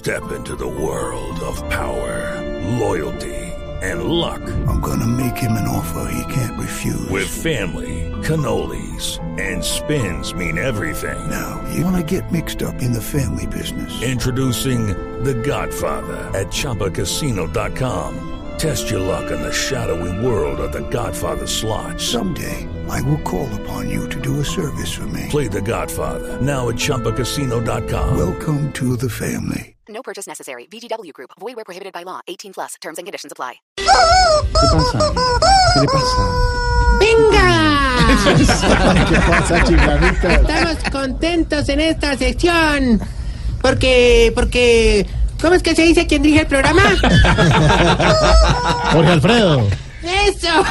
Step into the world of power, loyalty, and luck. I'm gonna make him an offer he can't refuse. With family, cannolis, and spins mean everything. Now, you wanna get mixed up in the family business. Introducing The Godfather at ChumbaCasino.com. Test your luck in the shadowy world of The Godfather slot. Someday, I will call upon you to do a service for me. Play The Godfather now at ChumbaCasino.com. Welcome to the family. No purchase necessary. VGW Group. Void where prohibited by law. 18+. Terms and conditions apply. ¿Qué pasa? ¿Qué le pasa? ¡Venga! ¿Qué pasa, chiflamita? Estamos contentos en esta sección. Porque... ¿Cómo es que se dice quién dirige el programa? Jorge Alfredo. ¡Eso!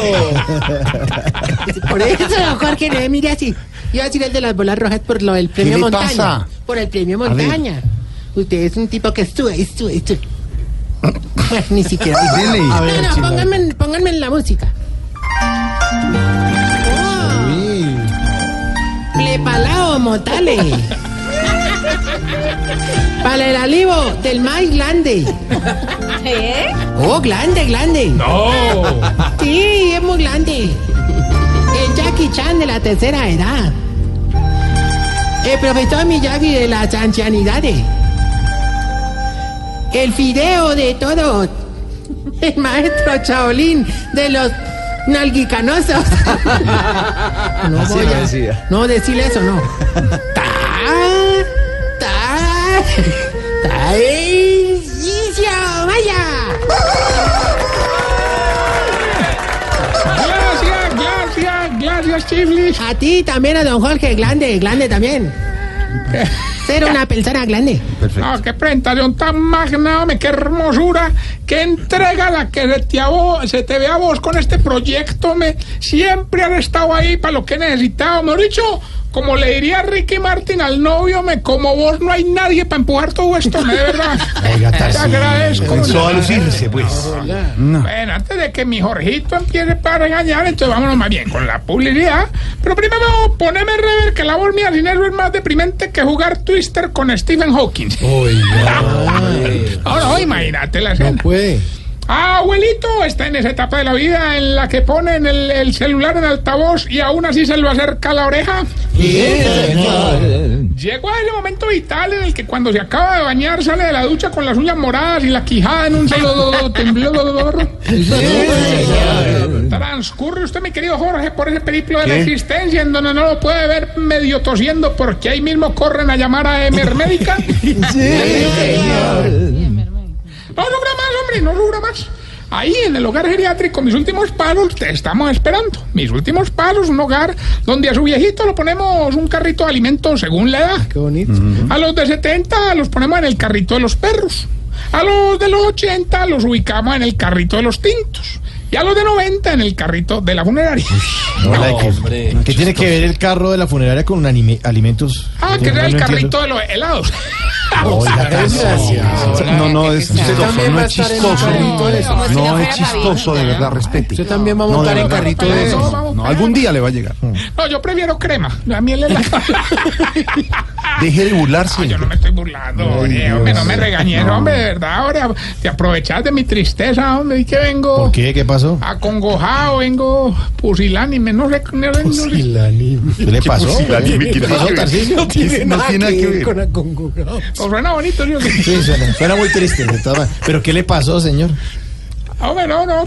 Por eso, Jorge, no me mire así. Iba a decir el de las bolas rojas por lo del premio ¿Qué le Montaña. pasa? Por el premio Montaña. Usted es un tipo que estuve. Bueno, ni siquiera. Dile. A ver, no, pónganme en la música. Prepalao, motale. Para el alivo del maíz grande. ¿Eh? Oh, grande. ¡No! Sí, es muy grande. El Jackie Chan de la tercera edad. El profesor Miyagi de las ancianidades. El fideo de todos. El maestro Shaolin de los nalguicanosos. No, decirle eso, no. ¡Vaya! Gracias, Chiflis. A ti también, a don Jorge, grande también. Ser una persona grande. Perfecto. No, qué presentación tan magna, hombre, qué hermosura, qué entrega la que se te ve a vos con este proyecto, siempre han estado ahí para lo que he necesitado, mejor dicho, como le diría Ricky Martin al novio, como vos no hay nadie para empujar todo esto, de verdad. Oiga, te agradezco. Comenzó a lucirse, pues. No. Bueno, antes de que mi Jorgito empiece para regañar, entonces vámonos más bien con la publicidad. Pero primero, poneme rever que la voz mía sin eso es más deprimente que jugar Twister con Stephen Hawking. No, imagínate la escena. No puede. Abuelito está en esa etapa de la vida en la que ponen el celular en altavoz y aún así se lo acerca a la oreja. Llegó a ese momento vital en el que cuando se acaba de bañar sale de la ducha con las uñas moradas y la quijada en un solo temblor. Transcurre usted, mi querido Jorge, por ese periplo de la existencia en donde no lo puede ver medio tosiendo porque ahí mismo corren a llamar a Emermédica. No logra más. Ahí en el hogar geriátrico, mis últimos pasos, te estamos esperando. Mis últimos pasos, un hogar donde a su viejito lo ponemos un carrito de alimentos según la edad. Qué bonito. A los de 70 los ponemos en el carrito de los perros. A los de los 80 los ubicamos en el carrito de los tintos. Y a los de 90 en el carrito de la funeraria. Hombre. ¿Qué tiene que ver el carro de la funeraria con alimentos? Que es el carrito de los helados. No, es chistoso, no es chistoso. No es chistoso, de verdad, respete. Usted también va a montar en carrito de eso. No, algún día le va a llegar. No, yo prefiero crema. La miel es la... Deje de burlarse. No, yo no me estoy burlando, hombre, no me regañes, hombre, de verdad. Ahora te aprovechas de mi tristeza, hombre, y que vengo... ¿Por qué? ¿Qué pasó? Acongojado, vengo pusilánime, no sé. Pusilánime. ¿Qué le pasó? ¿Qué pasó, Tarcisio? No tiene nada que ver con acongojado. Pues suena bonito, ¿no? Sí, suena muy triste. ¿Pero qué le pasó, señor? Hombre, no.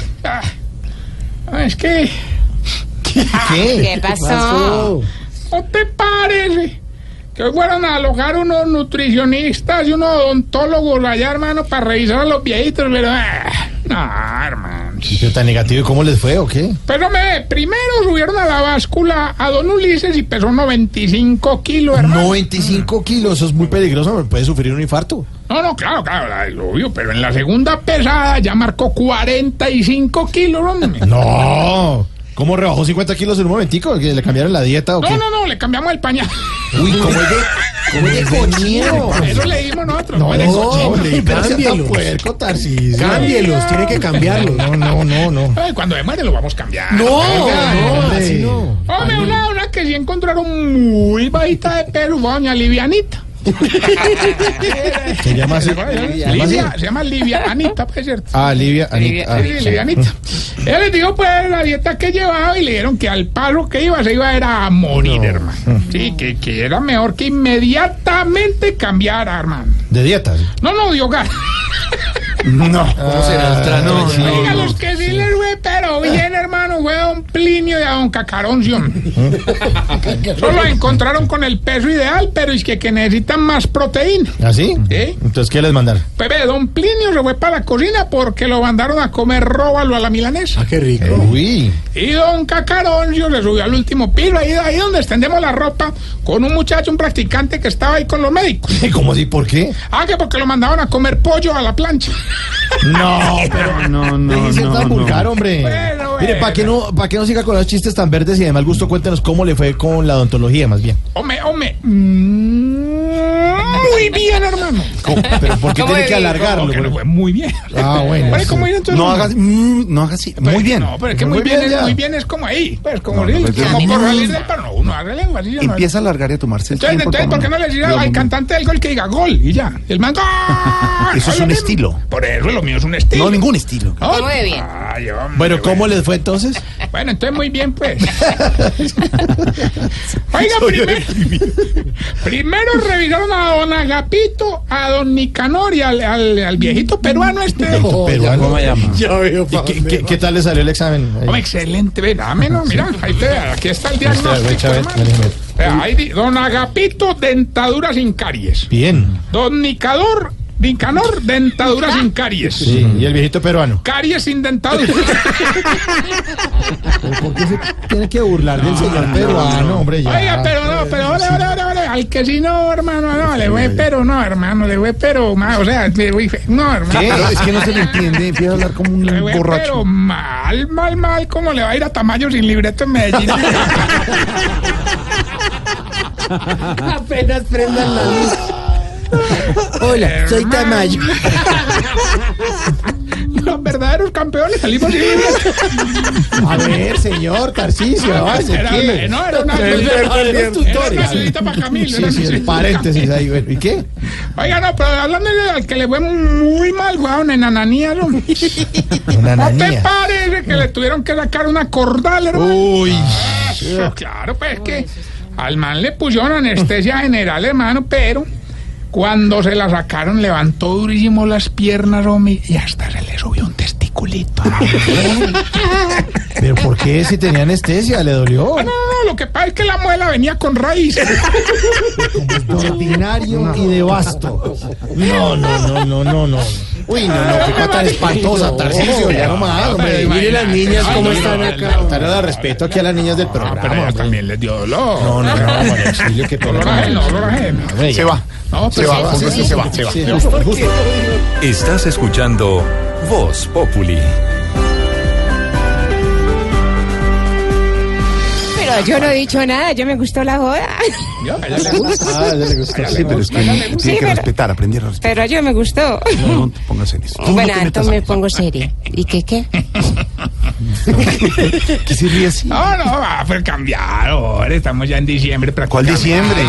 Es que... ¿Qué pasó? ¿No te parece que hoy fueron a alojar unos nutricionistas y unos odontólogos allá, hermano, para revisar a los viejitos? Pero, no, hermano. ¿Pero tan negativo? ¿Y cómo les fue o qué? Pero primero subieron a la báscula a don Ulises y pesó 95 kilos, hermano. 95 kilos, eso es muy peligroso, puede sufrir un infarto. No, claro, es obvio, pero en la segunda pesada ya marcó 45 kilos, hombre. No. ¿Cómo rebajó 50 kilos en un momentico? ¿Que le cambiaron la dieta o qué? No, le cambiamos el pañal. Uy, ¿cómo es de cochino? Eso le dimos nosotros. No, es de cochino. Cámbielos, tiene que cambiarlos. No. Ay, cuando se muere lo vamos a cambiar. No, así no. Hombre, una que sí encontraron muy bajita de peso, doña Livianita. Se llama así. Se llama Livia Anita, pues, ¿cierto? Ah, Livia Anita. Sí, Livia Anita. Ella les dijo, pues, la dieta que llevaba y le dijeron que al paso que iba, se iba era a morir, hermano. Sí, que era mejor que inmediatamente cambiara, hermano. ¿De dieta? ¿Sí? No, de hogar. No, ¿cómo será el trato? Oiga, los que sí les fue, pero bien, hermano, fue a don Plinio y a don Cacaroncio. Solo encontraron con el peso ideal, pero es que necesitan más proteína. ¿Ah, sí? ¿Sí? Entonces, ¿qué les mandaron? Pues don Plinio se fue para la cocina porque lo mandaron a comer róbalo a la milanesa. Ah, qué rico. Uy. Y don Cacaroncio se subió al último piso, ahí donde extendemos la ropa, con un muchacho, un practicante que estaba ahí con los médicos. ¿Cómo así? ¿Por qué? Ah, que porque lo mandaban a comer pollo a la plancha. No, pero no. Es tan vulgar, hombre. Bueno. Mire, para que no siga con los chistes tan verdes y de mal gusto, cuéntenos cómo le fue con la odontología, más bien. Hombre. Muy bien, hermano. ¿Pero por qué tiene que alargarlo? Porque no fue muy bien. Ah, bueno. Bueno, ¿cómo ir entonces? No hagas así. Muy bien. No, pero es que muy bien es como ahí. Pues como por salir del paro. No, uno haga lengua. Así, Empieza a alargar y a tomarse el tiempo. Entonces, ¿por qué no le decís al cantante del gol que diga gol? Y ya. El man. Eso es un estilo. Por eso lo mío es un estilo. No, ningún estilo. ¿No? Muy bien. Ay, hombre, Bueno, ¿cómo les fue entonces? Bueno, entonces muy bien, pues. Oiga, primero revisaron a don Agapito, a don Nicanor y al viejito peruano este. ¿Peruano? ¿Cómo se llama? ¿Y qué tal le salió el examen? Hombre, excelente, mira, ahí te ve, aquí está el diagnóstico, hermano. Don Agapito, dentadura sin caries. Bien. Don Nicanor, dentadura sin caries. Sí, y el viejito peruano. Caries sin dentadura. ¿Por qué se tiene que burlar del señor peruano, hombre? Ya. Oiga, pero ahora, al que sí no, hermano, no, le fue pero, no, hermano, le fue pero, o sea, le fue, no, hermano. ¿Qué? Es que no se le entiende, empieza a hablar como un Le fue borracho. pero mal, ¿cómo le va a ir a Tamayo sin libreto en Medellín? Apenas prendan la luz. Hola, soy Tamayo. Los verdaderos campeones salimos sin libreto. A ver, señor Tarcisio, Era una tutores. ayudita para Camilo. Sí, el paréntesis ahí, bueno, ¿y qué? Oiga, no, pero hablando al que le fue muy mal, fue a don Enananías, ¿no? ¿No te parece que le tuvieron que sacar una cordal, hermano? Uy. Eso, claro, pues es que al man le pusieron anestesia general, hermano, pero cuando se la sacaron levantó durísimo las piernas, hombre, y hasta se le subió un testiculito. ¿Pero por qué si tenía anestesia? ¿Le dolió? No, lo que pasa es que la muela venía con raíces. Ordinario y de basto. No. Uy, no, qué cosa tan espantosa, Tarcisio, ya nomás, hombre. Mire las niñas cómo están acá. Faltaron de respeto aquí a las niñas del programa. Pero ella también les dio dolor. No, María Auxilio, qué Dolor ajeno. Se va. No, Se va. Justo. Estás escuchando Voz Populi. Pero yo no he dicho nada, yo me gustó la joda. A ella le gusta. Ah, ya le gustó. Sí, pero es que tiene que respetar, aprender a respetar. Pero yo me gustó. No te pongas en eso. Bueno, entonces me pongo seria. ¿Y qué? ¿Qué se ríe así? No, va a cambiar ahora. Estamos ya en diciembre. ¿Cuál diciembre?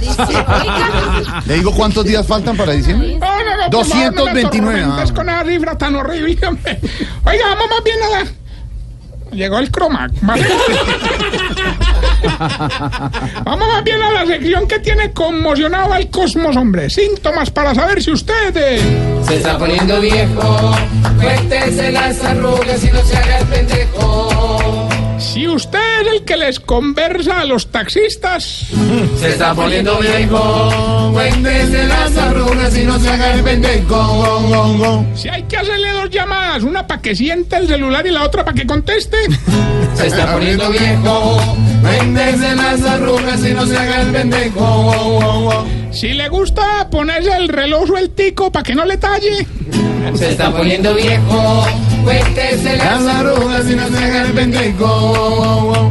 Le digo cuántos días faltan para diciembre. No, 229. No me con esa cifra tan horrible, hombre. Oiga, vamos más bien a la... Llegó el cromac. ¿Vale? Vamos más bien a la sección que tiene conmocionado al cosmos, hombre. Síntomas para saber si usted... Se está poniendo viejo, cuéntese las arrugas y no se haga el pendejo. Si usted es el que les conversa a los taxistas... Se está poniendo viejo, cuéntese las arrugas y no se haga el pendejo. Si hay que hacerle dos llamadas, una para que siente el celular y la otra para que conteste... Se está poniendo viejo, cuéntese las arrugas y no se haga el pendejo. Si le gusta ponerse el reloj sueltico para que no le talle... Se está poniendo viejo, cuéntese las arrugas y no se haga el pendejo.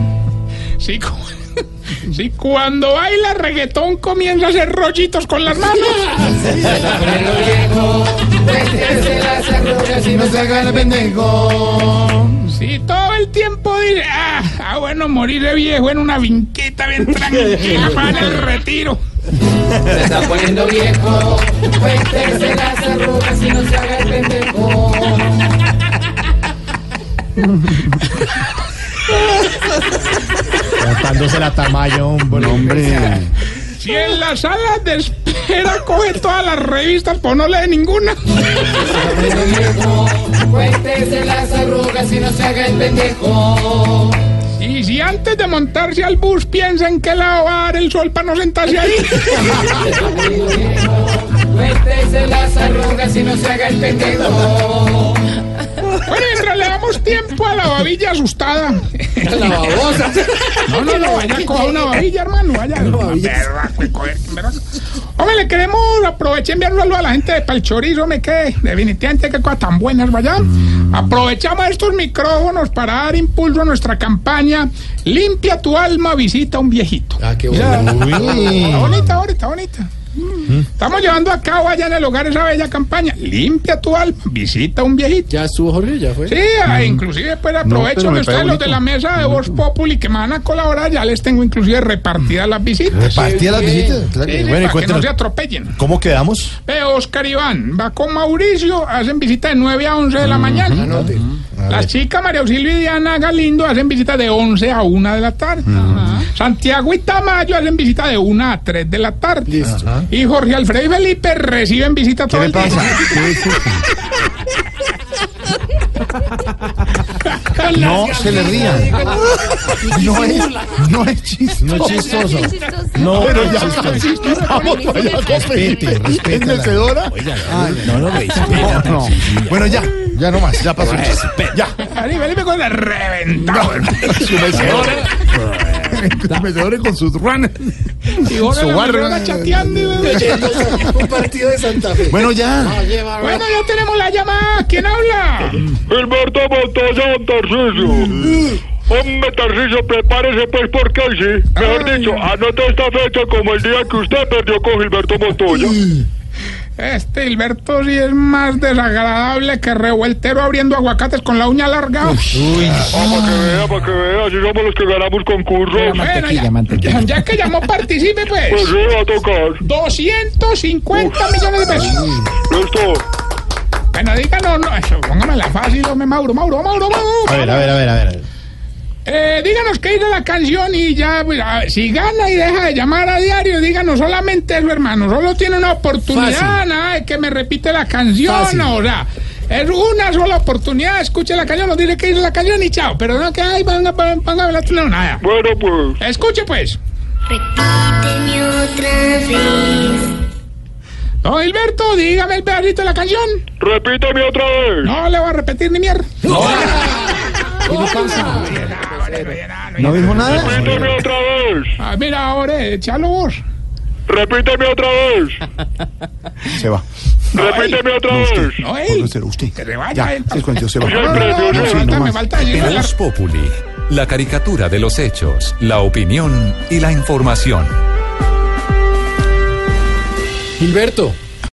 Si cuando baila reggaetón comienza a hacer rollitos con las manos. Se está poniendo viejo, cuéntese las arrugas y no se haga el pendejo. Si todo el tiempo dice, bueno, morir de viejo en una vinqueta bien tranquila para el retiro. Se está poniendo viejo, cuéntese las arrugas y no se haga el pendejo. Tratándose la tamaño, hombre. Si en la sala de espera coge todas las revistas, pues no lee ninguna. Cuéntese las arrugas y no se haga el pendejo. Y si antes de montarse al bus piensa en qué lado va a dar el sol para no sentarse ahí. Cuéntese las arrugas y no se haga el pendejo. Bueno, mientras le damos tiempo a la babilla asustada. La babosa. No, vaya a coger una babilla, hermano, vaya. Hombre, le queremos aprovechar enviar un saludo a la gente de Palchorizo, me quede. Definitivamente qué cosas tan buenas, vaya. Aprovechamos estos micrófonos para dar impulso a nuestra campaña. Limpia tu alma, visita a un viejito. Ah, qué bueno. Está bonita. Estamos llevando a cabo allá en el hogar esa bella campaña. Limpia tu alma, visita a un viejito. Ya estuvo, Jorge, ya fue. Sí, inclusive pues aprovecho que ustedes los de la mesa de Voz Populi que me van a colaborar, ya les tengo inclusive repartidas las visitas. ¿Repartidas las visitas? Claro. Sí, Bueno, para que no se atropellen. ¿Cómo quedamos? Oscar Iván va con Mauricio, hacen visita de 9 a 11 de la mañana. Las chicas María Auxilio y Diana Galindo hacen visita de 11 a 1 de la tarde. Santiago y Tamayo hacen visita de 1 a 3 de la tarde. Listo. Y Jorge Alfredo y Felipe reciben visita todo el día. ¿Qué le pasa? No se le rían. No es chistoso. No es chistoso. No, pero ya vamos para allá. Respete. ¿Es mecedora? No. Bueno, ya no más, ya pasó. Ya. Felipe con la reventado. Su mecedora. Su mecedora con sus runners. Y Jorge la chateando. Un partido de Santa Fe. Bueno, ya. Bueno, ya tenemos la llamada. ¿Quién habla? Gilberto Montoya, Tarcisio. Hombre, Tarcisio, prepárese pues porque hoy sí. Mejor dicho, anote esta fecha como el día que usted perdió con Gilberto Montoya. Este Gilberto sí es más desagradable que revueltero abriendo aguacates con la uña larga. Para que vea, así somos los que ganamos concursos. Bueno, ya que llamó, participe pues. Pues sí, va a tocar. 250 millones de pesos. Listo. Bueno, díganos, póngame la fácil, hombre, Mauro. A ver. Díganos qué dice la canción y ya, pues, si gana y deja de llamar a diario, díganos solamente eso, hermano. Solo tiene una oportunidad, nada de que me repite la canción, o sea, es una sola oportunidad. Escuche la canción, nos dice qué dice la canción y chao. Pero no que ay, ponga nada. Bueno, pues. Escuche, pues. Repíteme otra vez. No, Gilberto, dígame el pedacito de la canción. Repíteme otra vez. No le voy a repetir ni mierda. ¿Qué le pasa? ¿No dijo nada? Repíteme otra vez. Mira, ahora, échalo vos. Repíteme otra vez. Se va. Repíteme otra vez. No, él. Usted. Que se vaya. Ya, es cuando se va. Me falta decir. Voz Populi, la caricatura de los hechos, la opinión y la información. Gilberto.